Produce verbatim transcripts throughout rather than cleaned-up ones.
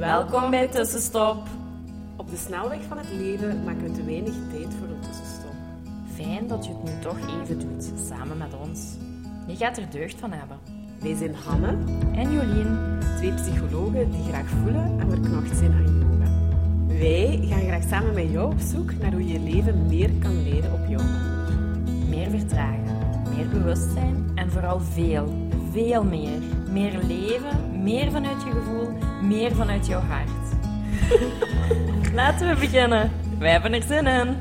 Welkom bij Tussenstop. Op de snelweg van het leven maken we te weinig tijd voor een tussenstop. Fijn dat je het nu toch even doet, samen met ons. Je gaat er deugd van hebben. Wij zijn Hanne en Jolien, twee psychologen die graag voelen en verknocht zijn aan yoga. Wij gaan graag samen met jou op zoek naar hoe je je leven meer kan leiden op jouw manier. Meer vertragen, meer bewustzijn en vooral veel, veel meer. Meer leven, meer vanuit je gevoel, meer vanuit jouw hart. Laten we beginnen. Wij hebben er zin in.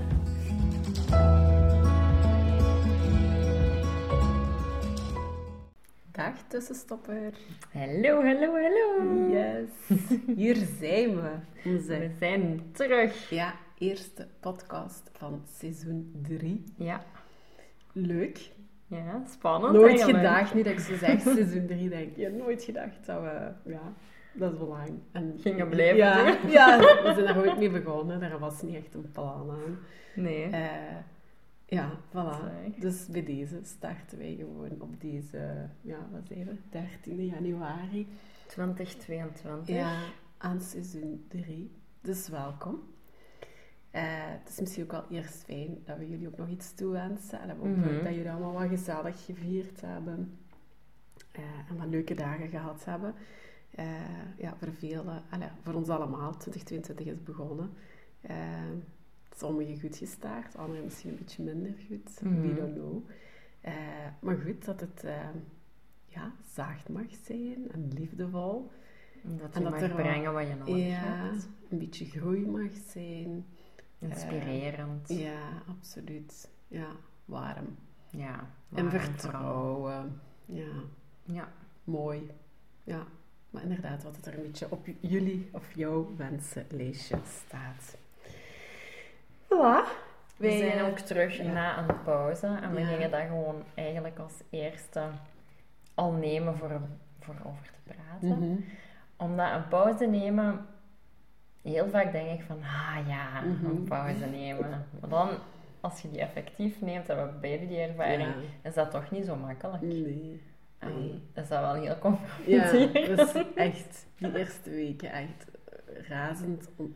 Dag tussenstopper. Hallo, hallo, hallo. Yes. Hier zijn we. Onze... We zijn terug. Ja, eerste podcast van seizoen drie. Ja. Leuk. Ja, spannend. Nooit eigenlijk. gedacht, nu dat ik zo zeg, seizoen drie, denk je, nooit gedacht dat we, ja, dat is wel lang. En, Gingen blijven ja, doen. ja, we zijn daar ooit mee begonnen, daar was niet echt een plan aan. Nee. Uh, ja, voilà. Sorry. Dus bij deze starten wij gewoon op deze, ja, wat zijn we, dertiende januari. twintig tweeëntwintig. Ja, aan seizoen drie. Dus welkom. Uh, het is misschien ook wel eerst fijn dat we jullie ook nog iets toewensen. En dat, we ook, Mm-hmm. dat jullie allemaal wat gezellig gevierd hebben. Uh, en wat leuke dagen gehad hebben. Uh, ja, voor velen, uh, voor ons allemaal, twintig tweeëntwintig is begonnen. Uh, sommigen goed gestart, anderen misschien een beetje minder goed. Mm-hmm. We don't know. Uh, maar goed, dat het uh, ja, zacht mag zijn en liefdevol. Dat je en dat mag er brengen wat je nodig ja, hebt. een beetje groei mag zijn. Inspirerend. Uh, ja, absoluut. Ja, warm. Ja. En vertrouwen. Ja. Ja. Mooi. Ja. Maar inderdaad, wat het er een beetje op jullie of jouw wensenlijstje staat. Voilà. We Wij zijn ook terug ja. na een pauze. En we ja. gingen dat gewoon eigenlijk als eerste al nemen voor, voor over te praten. Mm-hmm. Omdat een pauze nemen... Heel vaak denk ik van, ah ja, mm-hmm. een pauze nemen. Maar dan, als je die effectief neemt, hebben we beide die ervaring, ja. is dat toch niet zo makkelijk. Nee. En nee. is dat wel heel confronterend. Ja, dat is echt, die eerste weken echt razend on,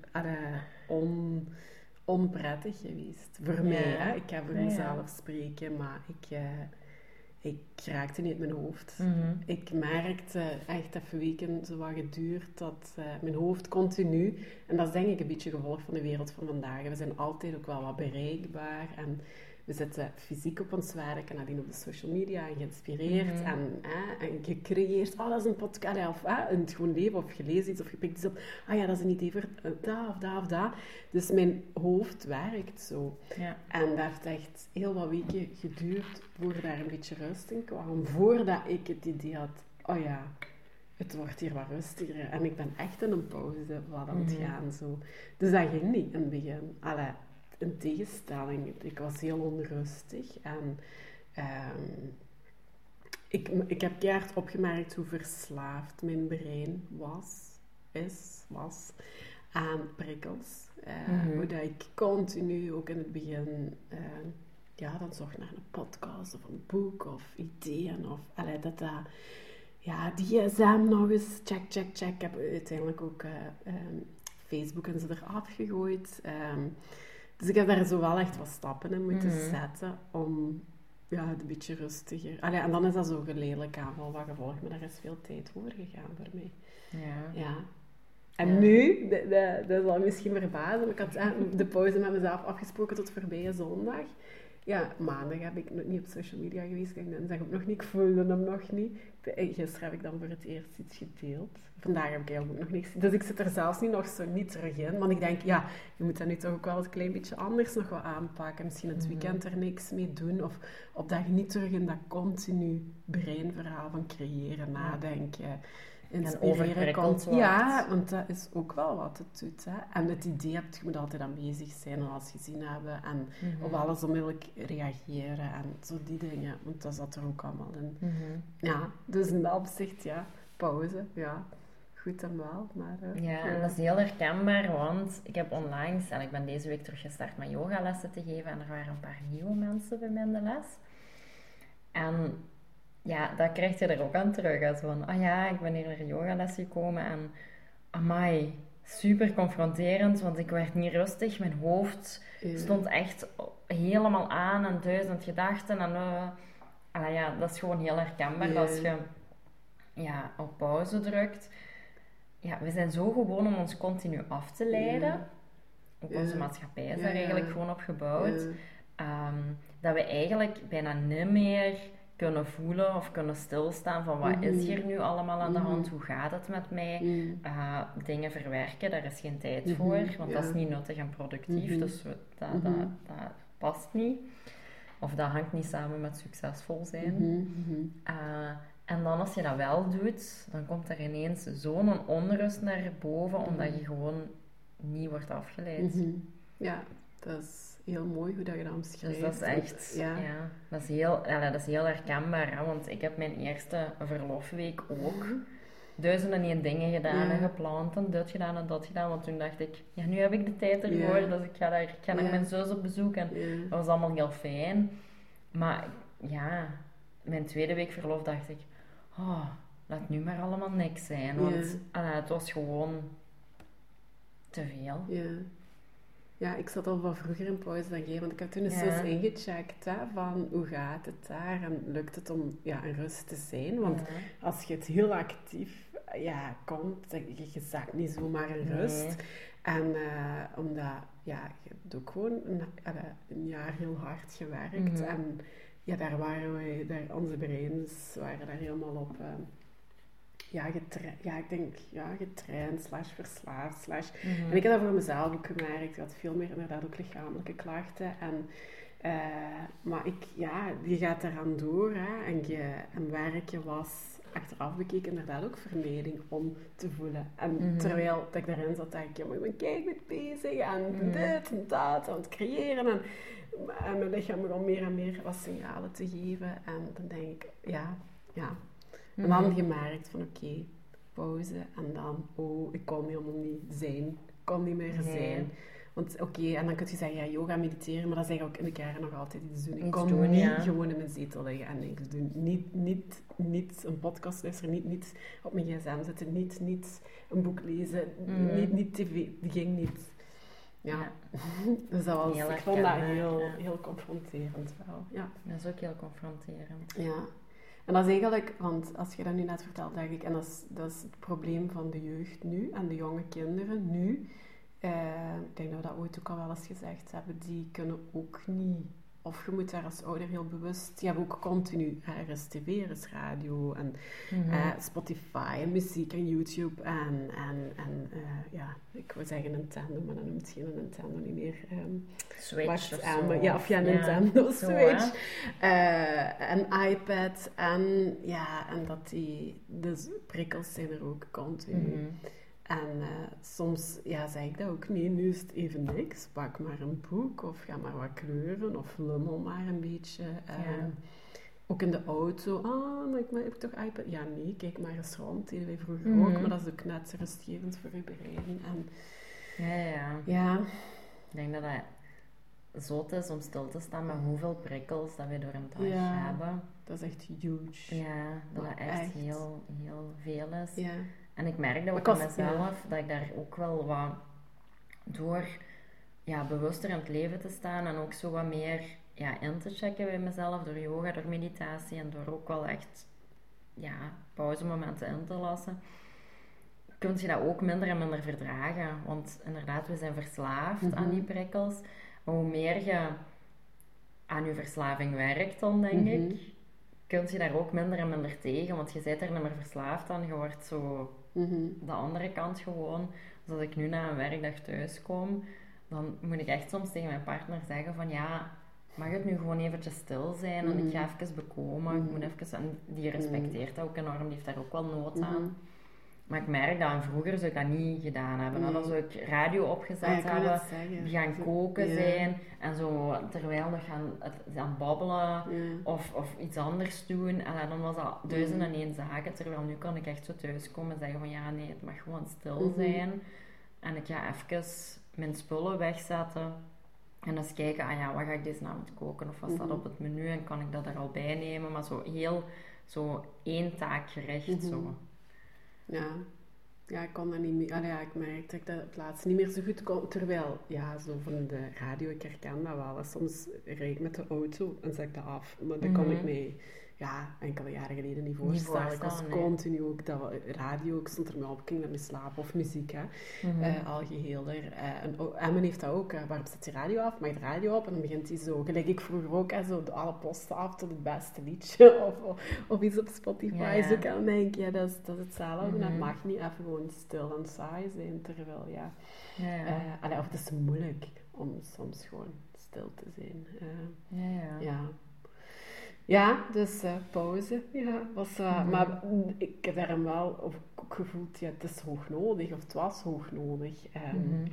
on, onprettig geweest. Voor ja. mij, hè. Ik ga voor ja, mezelf ja. spreken, maar ik... Uh, Ik raakte niet uit mijn hoofd. Mm-hmm. Ik merkte echt even weken zo wat geduurd dat uh, mijn hoofd continu... En dat is denk ik een beetje gevolg van de wereld van vandaag. We zijn altijd ook wel wat bereikbaar. En we zitten fysiek op ons werk en nadien op de social media. En geïnspireerd mm-hmm. en, eh, en gecreëerd. Oh, dat is een podcast. Of eh, in het gewoon leven. Of je leest iets of je pikt iets op. Ah ja, dat is een idee voor uh, dat of dat of dat. Dus mijn hoofd werkt zo. Ja. En dat heeft echt heel wat weken geduurd voor daar een beetje rust in kwam. Voordat ik het idee had, oh ja, het wordt hier wat rustiger. En ik ben echt in een pauze wat aan het mm-hmm. gaan. Zo. Dus dat ging niet in het begin. Allee, in tegenstelling. Ik was heel onrustig. En um, ik, ik heb keihard opgemerkt hoe verslaafd mijn brein was, is, was aan prikkels. Uh, mm-hmm. Hoe dat ik continu, ook in het begin, uh, ja, dan zocht naar een podcast of een boek of ideeën. Of, allee, dat dat, ja, die gsm nog eens, check, check, check. Ik heb uiteindelijk ook uh, um, Facebook en zo eraf gegooid. Um, dus ik heb daar zo wel echt wat stappen in moeten mm-hmm. zetten om ja, het een beetje rustiger... Allee, en dan is dat zo geleidelijk aan wel wat gevolg, maar daar is veel tijd voor gegaan voor mij. Ja. Ja. En ja. nu, de, de, dat zal misschien verbazen, ik had de pauze met mezelf afgesproken tot voorbije zondag. Ja, maandag heb ik nog niet op social media geweest, ik zeg ook nog niet, ik voelde hem nog niet. Gisteren heb ik dan voor het eerst iets gedeeld. Vandaag heb ik eigenlijk ook nog niks. Dus ik zit er zelfs nu nog zo niet terug in. Want ik denk, ja, je moet dat nu toch ook wel een klein beetje anders nog wat aanpakken. Misschien het weekend er niks mee doen. Of op dat je niet terug in dat continu breinverhaal van creëren, nadenken, inspireren komt. Ja, want dat is ook wel wat het doet. Hè. En het idee hebt, je moet altijd aanwezig zijn en alles gezien hebben. En mm-hmm. op alles onmiddellijk reageren en zo die dingen. Want dat zat er ook allemaal in. Mm-hmm. Ja, dus in dat opzicht, ja, pauze, ja. Goed en wel, maar... Uh, ja, en dat is heel herkenbaar, want ik heb onlangs, en ik ben deze week terug gestart met yogalessen te geven, en er waren een paar nieuwe mensen bij mij in de les. En ja, dat krijg je er ook aan terug, als van, ah ja, ik ben hier naar yogales gekomen en amai, super confronterend, want ik werd niet rustig. Mijn hoofd Ja. stond echt helemaal aan en duizend gedachten. En, uh, ah, ja, dat is gewoon heel herkenbaar Ja. als je ja, op pauze drukt. Ja, we zijn zo gewoon om ons continu af te leiden. Ja. Ook Ja. onze maatschappij is Ja, daar ja. eigenlijk gewoon op gebouwd. Ja. Um, dat we eigenlijk bijna niet meer kunnen voelen of kunnen stilstaan van wat Mhm. is hier nu allemaal aan de Mhm. hand, hoe gaat het met mij, Mhm. uh, dingen verwerken, daar is geen tijd Mhm. voor, want Ja. dat is niet nuttig en productief, Mhm. dus we, dat, Mhm. dat, dat past niet. Of dat hangt niet samen met succesvol zijn. Mhm. Mhm. Uh, en dan als je dat wel doet, dan komt er ineens zo'n onrust naar boven, omdat Mhm. je gewoon niet wordt afgeleid. Mhm. Ja, dat is heel mooi hoe dat je dat omschrijft. Dus dat is echt, Ja. ja. dat, is heel, ja, dat is heel herkenbaar, hè, want ik heb mijn eerste verlofweek ook duizenden en één dingen gedaan Ja. en gepland en dit gedaan en dat gedaan, want toen dacht ik, ja, nu heb ik de tijd ervoor, Ja. dus ik ga, daar, ik ga naar Ja. mijn zus op bezoek en Ja. dat was allemaal heel fijn. Maar ja, mijn tweede week verlof dacht ik, oh, laat nu maar allemaal niks zijn, want Ja. ah, het was gewoon te veel. Ja. Ja, ik zat al wat vroeger in pauze dan jij, want ik heb toen eens Ja. eens ingecheckt hè, van hoe gaat het daar en lukt het om ja, in rust te zijn. Want Ja. als je het heel actief ja, komt, dan- je, je zakt niet zomaar in rust. Nee. En eh, omdat, ja, je hebt ook gewoon een, eh, een jaar heel hard gewerkt. Mhm. En ja, daar waren wij, daar, onze breins waren daar helemaal op... eh, ja, getra- ja, ik denk, ja, getraind, slash verslaafd, slash... Mhm. En ik heb dat voor mezelf ook gemerkt. Ik had veel meer inderdaad ook lichamelijke klachten. En, eh, maar ik, ja, je gaat eraan door. Hè, en, je, en werken was achteraf bekeken inderdaad ook vermijding om te voelen. En Mhm. terwijl dat ik daarin zat, dacht ik, ja, maar ik ben keigoed bezig. En Mhm. dit en dat, aan het creëren. En, en mijn lichaam begon meer en meer wat signalen te geven. En dan denk ik, ja, ja... En dan Mhm. gemerkt van oké, pauze en dan, oh, ik kon helemaal niet zijn. Ik kon niet meer Nee. zijn. Want oké, en dan kun je zeggen, ja, yoga, mediteren, maar dat is eigenlijk ook in de kern nog altijd iets doen. Ik Iets kon doen, niet ja. gewoon in mijn zetel liggen en niks doen. Niet, niet, niet een podcast luisteren, niet, niet op mijn gsm zitten, niet, niet een boek lezen, Mhm. niet, niet tv, die ging niet. Ja, Ja. dus dat was, Heel ik vond dat herkenbaar, heel, ja. heel confronterend wel, ja. Dat is ook heel confronterend. Ja, en dat is eigenlijk, want als je dat nu net vertelt, denk ik, en dat is, dat is het probleem van de jeugd nu en de jonge kinderen nu. Eh, ik denk dat we dat ooit ook al wel eens gezegd hebben, die kunnen ook niet, of je moet daar als ouder heel bewust, die hebben ook continu, eh, er is tv, er is radio en Mhm. eh, Spotify en muziek en YouTube en, en, en eh, ja, ik wil zeggen Nintendo, maar dat noemt geen Nintendo niet meer. ehm, Switch Watch of aan, zo. maar ja, of ja, Ja, Nintendo zo, Switch. hè. Eh, en iPad en ja, en dat die, dus prikkels zijn er ook continu. Mhm. En eh, soms ja, zeg ik dat ook, nee, nu is het even niks, pak maar een boek of ga maar wat kleuren of lummel maar een beetje. Eh, Ja. Ook in de auto, ah, maar ik maar, heb ik toch iPad? Ja, nee, kijk maar eens rond, deden wij vroeger Mhm. ook, maar dat is ook net rustgevend voor je brein. En Ja, ja, ja. ja, Ik denk dat dat zot is om stil te staan met hoeveel prikkels dat we door een dag Ja. hebben. dat is echt huge. Ja, dat Maar dat echt, echt. Heel, heel veel is. Ja. En ik merk dat Ik ook aan was- mezelf, dat ik daar ook wel wat door ja, bewuster in het leven te staan en ook zo wat meer ja, in te checken bij mezelf door yoga, door meditatie en door ook wel echt ja, pauzemomenten in te lassen, kun je dat ook minder en minder verdragen. Want inderdaad, we zijn verslaafd Mhm. aan die prikkels. Maar hoe meer je aan je verslaving werkt dan, denk Mhm. ik, kun je daar ook minder en minder tegen. Want je bent er niet meer verslaafd aan. Je wordt zo Mhm. de andere kant gewoon. Dus als ik nu na een werkdag thuis kom, dan moet ik echt soms tegen mijn partner zeggen van ja, mag het nu gewoon eventjes stil zijn en ik ga even bekomen. Ik moet even, en die respecteert dat ook enorm, die heeft daar ook wel nood aan. Mhm. Maar ik merk dat, en vroeger zou ik dat niet gedaan hebben. Nee. Dan zou ik radio opgezet Ah, ik wou hebben, net zeggen. gaan Zo- koken ja. zijn en zo terwijl nog gaan, het- aan babbelen Ja. of, of iets anders doen. En dan was dat duizend en één zaken. Terwijl nu kan ik echt zo thuiskomen en zeggen van ja, nee, het mag gewoon stil Mhm. zijn. En ik ga even mijn spullen wegzetten. En eens kijken, ah ja, wat ga ik deze avond koken? Of wat staat Mhm. op het menu? En kan ik dat er al bij nemen? Maar zo heel, zo één taak gericht, Mhm. zo. Ja. Ja, ik kon dat niet meer... Allee, ja, ik merkte dat ik dat het laatst niet meer zo goed kon. Terwijl, ja, zo van de radio, ik herken dat wel. Soms rijd ik met de auto en zet ik dat af. Maar dat kon ik mee, ja, enkele jaren geleden niet voorstellen. Ik was continu ook dat radio, ik stond ermee op, ik ging daarmee slapen. Of muziek, hè. Mm-hmm. Uh, al geheel er. Uh, en Emmen heeft dat ook. Uh, waarom zet je radio af? Mag je de radio op? En dan begint hij zo, gelijk ik vroeger ook, hè, zo de, alle posten af tot het beste liedje. Of, of, of iets op Spotify. Ja, ja. Zo kan denk ik, ja, dat is, dat is hetzelfde. Mm-hmm. Dat mag niet even gewoon stil en saai zijn. Terwijl, ja... ja, ja. Uh, allee, of het is moeilijk om soms gewoon stil te zijn. Uh, ja, ja. ja. Ja, dus uh, pauze. Ja, was, uh, mm-hmm. Maar ik heb daarom wel of, ook gevoeld, ja, het is hoog nodig, of het was hoog nodig. Um, mm-hmm.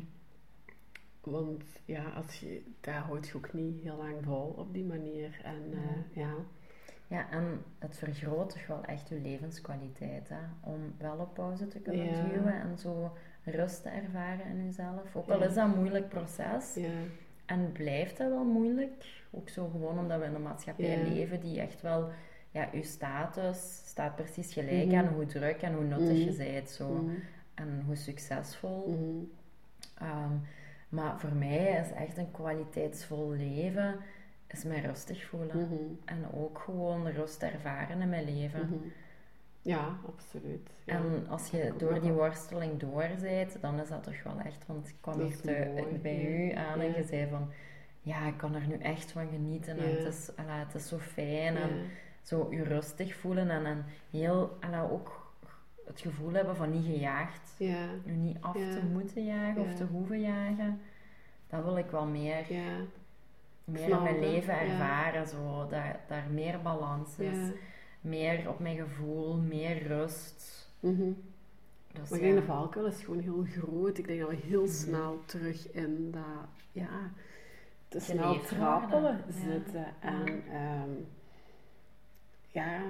Want ja, als je, dat houdt je ook niet heel lang vol op die manier. En uh, mm-hmm. ja. Ja, en het vergroot toch wel echt je levenskwaliteit, hè? Om wel op pauze te kunnen ja. duwen en zo rust te ervaren in jezelf. Ook al ja. is dat een moeilijk proces. Ja. En blijft dat wel moeilijk. Ook zo gewoon omdat we in een maatschappij yeah. leven die echt wel... Ja, je status staat precies gelijk mm-hmm. aan hoe druk en hoe nuttig mm-hmm. je bent. Zo. Mm-hmm. En hoe succesvol. Mm-hmm. Um, maar voor mij is echt een kwaliteitsvol leven... is mij rustig voelen. Mm-hmm. En ook gewoon rust ervaren in mijn leven. Mm-hmm. Ja, absoluut. Ja. En als je door die worsteling door bent, dan is dat toch wel echt... Want ik kwam hier te, bij ja. u aan ja. en je zei van... Ja, ik kan er nu echt van genieten. Ja. En het is, ala, het is zo fijn. Ja. En zo je rustig voelen. En, en heel, ala, ook het gevoel hebben van niet gejaagd. Ja. Je niet af ja. te moeten jagen ja. of te hoeven jagen. Dat wil ik wel meer... Ja. Meer in mijn leven ervaren. Ja. Zo, dat daar meer balans is. Ja. Meer op mijn gevoel, meer rust. Mm-hmm. Dus, maar ik denk ja. de valkuil is gewoon heel groot. Ik denk dat we heel mm-hmm. snel terug in dat, ja, te snel trappelen zitten. Ja. En um, ja,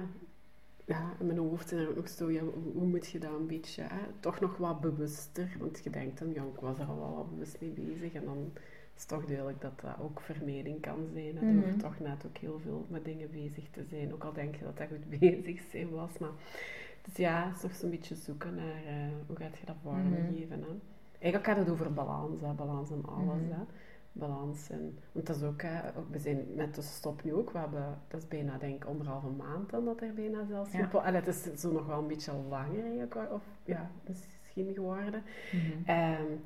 ja, in mijn hoofd zijn er ook nog zo, ja, hoe moet je dat een beetje, hè, toch nog wat bewuster, want je denkt dan, ja, ik was er al wel wat bewust mee bezig en dan is het toch duidelijk dat dat ook vermeding kan zijn, hè, mm-hmm. door toch net ook heel veel met dingen bezig te zijn, ook al denk je dat dat goed bezig zijn was, maar dus ja, het is nog zo'n beetje zoeken naar uh, hoe gaat je dat vormgeven. Mm-hmm. Eigenlijk gaat het over balans, hè, balans in alles. Mm-hmm. Hè. Balans in, want dat is ook, hè, we zijn met de stop nu ook, we hebben, dat is bijna denk ik anderhalve maand dan dat er bijna zelfs... Ja. En het is zo nog wel een beetje langer eigenlijk, of ja, misschien geworden. Mm-hmm. Um,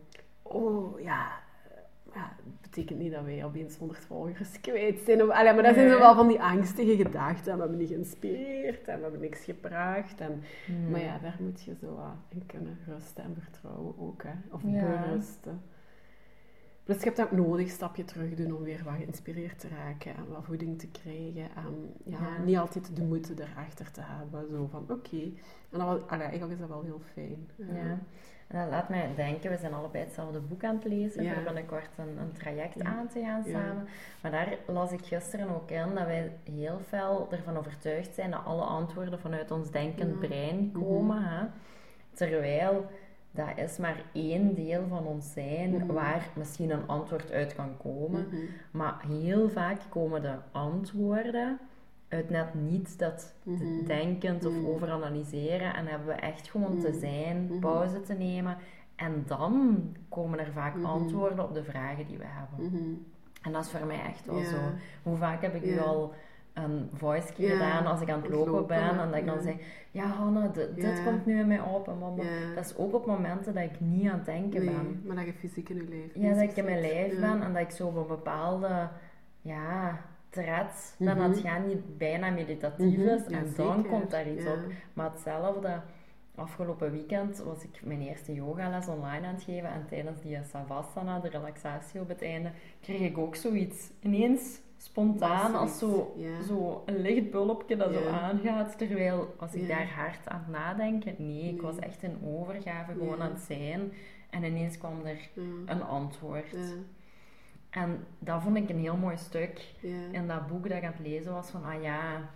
oh ja... Ja, dat betekent niet dat wij opeens honderd volgers kwijt zijn. Of, allee, maar dat zijn zo wel van die angstige gedachten. En we hebben niet geïnspireerd en we hebben niks gebracht. En, mm. Maar ja, daar moet je zo uh, in kunnen rusten en vertrouwen ook. Hè. Of ja. berusten. Dus je hebt dat ook nodig, een stapje terug doen om weer wat geïnspireerd te raken. En wat voeding te krijgen. En ja, ja. niet altijd de moed erachter te hebben. Zo van, oké. Okay. En dat was, allee, eigenlijk is dat wel heel fijn. Ja. ja. En dat laat mij denken, we zijn allebei hetzelfde boek aan het lezen, ja. voor binnenkort een, een traject ja. aan te gaan samen. Ja. Maar daar las ik gisteren ook in dat wij heel fel ervan overtuigd zijn dat alle antwoorden vanuit ons denkend ja. brein komen. Mm-hmm. Hè? Terwijl dat is maar één deel van ons zijn mm-hmm. waar misschien een antwoord uit kan komen. Mm-hmm. Maar heel vaak komen de antwoorden uit net niet dat mm-hmm. denkend of mm-hmm. overanalyseren en hebben we echt gewoon mm-hmm. te zijn, mm-hmm. pauze te nemen en dan komen er vaak mm-hmm. antwoorden op de vragen die we hebben. Mm-hmm. En dat is voor mij echt wel yeah. zo. Hoe vaak heb ik yeah. u al een voice yeah. gedaan als ik aan het lopen, lopen ben en dat ik yeah. dan zeg, ja Hanne, d- dit yeah. komt nu in mij op en mama. Yeah. Dat is ook op momenten dat ik niet aan het denken nee, ben. Maar dat je fysiek in je lijf Ja, dat ik in mijn lijf yeah. ben en dat ik zo op een bepaalde, ja... tred, dan mm-hmm. dat het niet bijna meditatief mm-hmm. is en ja, dan zeker. Komt daar iets ja. op. Maar hetzelfde, afgelopen weekend was ik mijn eerste yogales online aan het geven en tijdens die savasana, de relaxatie op het einde, kreeg ik ook zoiets ineens spontaan als zo, ja. zo een lichtbulpje dat ja. zo aangaat, terwijl was ik ja. daar hard aan het nadenken? Nee, ik nee. was echt in overgave gewoon ja. aan het zijn en ineens kwam er ja. een antwoord. Ja. En dat vond ik een heel mooi stuk yeah. in dat boek dat ik aan het lezen was. Van, ah ja,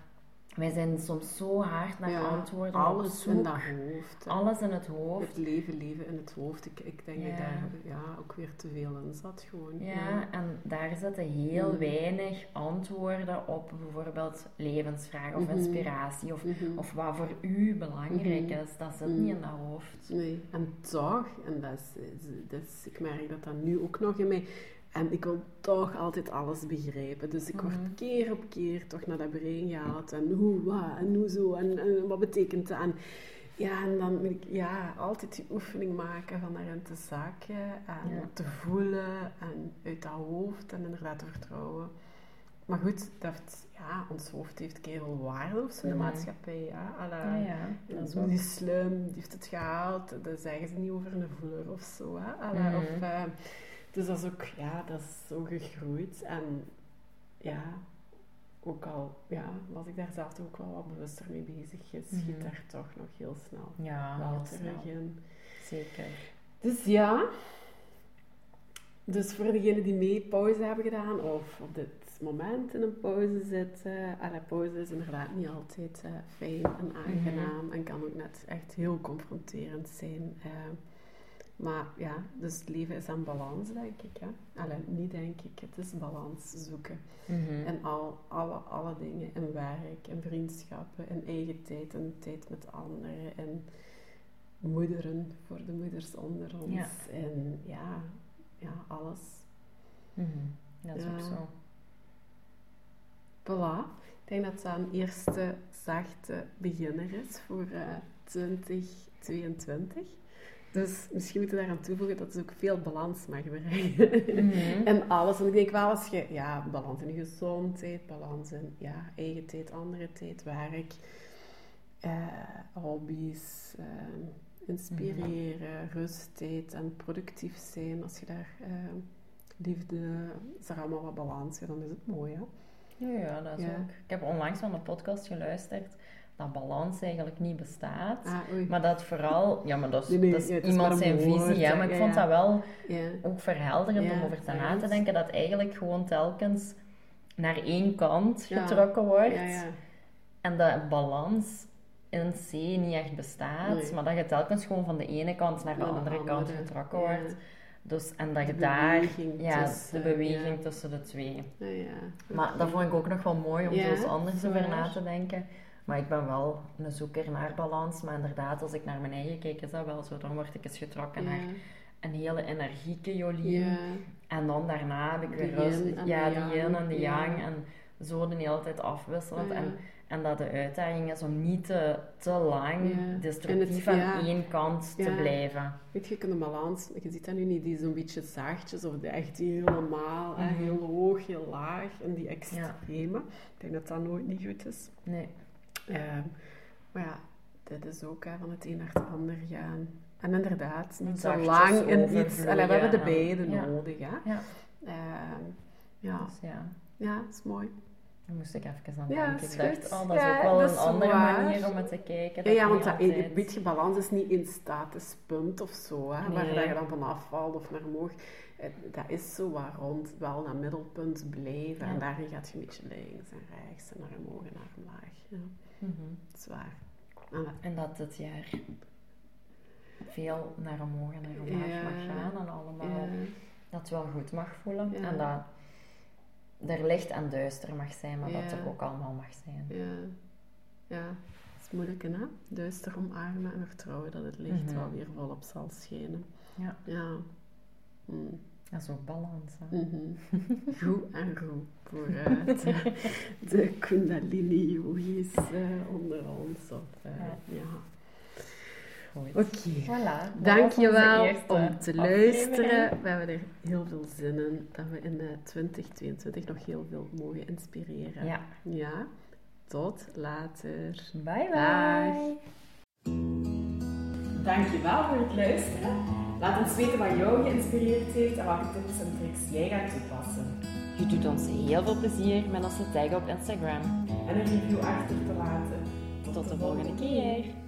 wij zijn soms zo hard naar Ja, antwoorden alles op zoek. in dat hoofd. hè. Alles in het hoofd. Het leven, leven in het hoofd. Ik, ik denk Ja. dat daar ja, ook weer te veel in zat gewoon. Ja, en daar zitten heel Mm. weinig antwoorden op bijvoorbeeld levensvragen of Mhm. inspiratie of, Mhm. of wat voor u belangrijk Mhm. is. Dat zit Mhm. niet in dat hoofd. Nee, en toch, en dat is, dat is, ik merk dat dat nu ook nog in mij, en ik wil toch altijd alles begrijpen. Dus ik word Mhm. keer op keer toch naar dat brein gehaald. En hoe, wat, en hoe zo, en, en wat betekent dat? En, ja, en dan wil ik ja, altijd die oefening maken van daarin te zakken en Ja. te voelen en uit dat hoofd en inderdaad te vertrouwen. Maar goed, dat heeft, ja, ons hoofd heeft keihard waarde of zo in de Mhm. maatschappij. Ja, à la- Ja, ja, dat is die ook. slum, die heeft het gehaald. Dat zeggen ze niet over een voeler of zo. Hè? À la- Mhm. of, eh, dus dat is ook, ja, dat is zo gegroeid. En ja, ook al ja, was ik daar zelf ook wel wat bewuster mee bezig. Je schiet Mhm. daar toch nog heel snel Ja, wel heel terug snel. in. Zeker. Dus ja, dus voor degenen die mee pauze hebben gedaan of op dit moment in een pauze zitten, à la pauze is inderdaad niet altijd eh, fijn en aangenaam en kan ook net echt heel confronterend zijn. eh. maar ja, dus het leven is aan balans, denk ik. Hè? Allee, niet denk ik, het is balans zoeken. Mhm. En al, alle, alle dingen, in werk, in vriendschappen, in eigen tijd, in tijd met anderen, en moederen voor de moeders onder ons. Ja. En ja, ja, alles. Mhm. Dat is Ja. ook zo. Voilà. Ik denk dat dat een eerste zachte beginner is voor eh twintig tweeëntwintig. Dus misschien moeten we daaraan toevoegen dat het ook veel balans mag brengen. Mhm. En alles. En ik denk wel als je, ja, balans in je gezondheid, balans in ja, eigen tijd, andere tijd, werk, eh, hobby's, eh, inspireren, rusttijd en productief zijn. Als je daar eh, liefde, is er allemaal wat balans in, dan is het mooi, hè? Ja, ja, dat is Ja. ook. Ik heb onlangs van een podcast geluisterd dat balans eigenlijk niet bestaat. Ah, oei. Maar dat vooral, ja, maar dat is, Nee, nee, dat is ja, het is iemand maar een zijn woord, visie, hè, hè. maar ik Ja, vond ja. dat wel Ja. ook verhelderend Ja, om over te na te eens. denken dat eigenlijk gewoon telkens naar één kant Ja. getrokken wordt Ja, ja. en dat balans in C niet echt bestaat, Nee. maar dat je telkens gewoon van de ene kant naar de Naar de andere kant andere, getrokken ja. wordt. Dus, en dat De je daar, beweging ja, tussen, de beweging ja. tussen de twee. Ja, ja. Maar dat vond ik ook nog wel mooi om Ja, zo eens anders over zwaar. na te denken. Maar ik ben wel een zoeker naar balans. Maar inderdaad, als ik naar mijn eigen kijk, is dat wel zo. Dan word ik eens getrokken naar Ja. een hele energieke Jolien. Ja. En dan daarna heb ik weer De rust. yin en Ja, de die yang. yin en de Ja. yang. En zo de hele tijd afwisselend. Ja. En, en dat de uitdaging is om niet te, te lang Ja. destructief En aan het- ja. één kant te Ja. blijven. Weet je, je kunt een balans, je ziet dat nu niet, die zo'n beetje zachtjes of die echt helemaal, hè, Mhm. heel hoog, heel laag en die extreme. Ik denk dat dat nooit niet goed is. Nee. Ehm, maar ja, dit is ook hè, van het een naar het ander gaan. En inderdaad, niet zo Zachtjes lang in iets. overvloeien Allee, we hebben de en- beide ja. nodig. Hè. Ja. Ehm, ja. Dus ja, ja, dat is mooi. daar moest ik even aan Ja, denken. is Ik dacht, goed. oh, dat is Ja, ook wel dat een is andere waar. manier om het te kijken. Ja, ja, want niet dat, altijd- een beetje balans is niet een statisch punt of zo, hè, waar Nee. dat je dan van afvalt of naar omhoog. Eh, Dat is zo waar rond, wel naar middelpunt blijven. Ja. En daarin gaat je een beetje links en rechts en naar omhoog en naar omlaag. Ja, Mhm. dat is waar. En dat- En dat dit jaar veel naar omhoog en naar omlaag Ja. mag gaan en allemaal ja. dat het wel goed mag voelen. Ja. En dat er licht en duister mag zijn, maar dat Ja. er ook allemaal mag zijn. Ja, ja. Dat is moeilijk, hè? Duister omarmen en vertrouwen dat het licht Mhm. wel weer volop zal schijnen. Ja. Ja. Mm. Dat is ook balans. Hè? Mhm. Goed en goed voor eh, de, de Kundalini-yogis eh, onder ons. Of, eh, Ja. ja. Goed. Oké. Voilà. dat Dankjewel was onze eerste om te aflevering. luisteren. We hebben er heel veel zin in dat we in eh, twintig tweeëntwintig nog heel veel mogen inspireren. Ja. Ja. Tot later. Bye bye. Dag. Dankjewel voor het luisteren. Laat ons weten wat jou geïnspireerd heeft en welke tips en tricks jij gaat toepassen. Je doet ons heel veel plezier met ons te taggen op Instagram. En een review achter te laten. Tot de volgende keer.